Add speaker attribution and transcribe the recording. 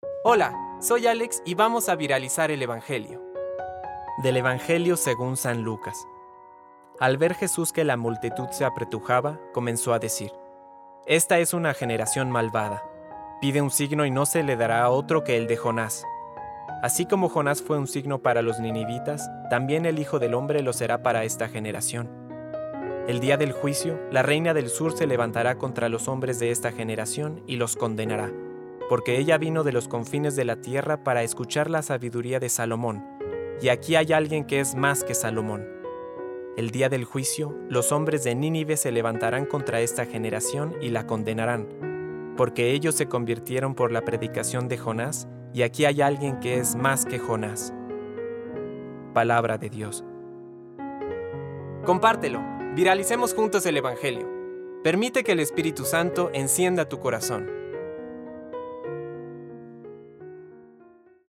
Speaker 1: Hola, soy Alex y vamos a viralizar el Evangelio.
Speaker 2: Del Evangelio según San Lucas. Al ver Jesús que la multitud se apretujaba, comenzó a decir: Esta es una generación malvada. Pide un signo y no se le dará otro que el de Jonás. Así como Jonás fue un signo para los ninivitas, también el Hijo del Hombre lo será para esta generación. El día del juicio, la reina del sur se levantará contra los hombres de esta generación y los condenará, porque ella vino de los confines de la tierra para escuchar la sabiduría de Salomón, y aquí hay alguien que es más que Salomón. El día del juicio, los hombres de Nínive se levantarán contra esta generación y la condenarán, porque ellos se convirtieron por la predicación de Jonás, y aquí hay alguien que es más que Jonás. Palabra de Dios.
Speaker 1: Compártelo, viralicemos juntos el Evangelio. Permite que el Espíritu Santo encienda tu corazón.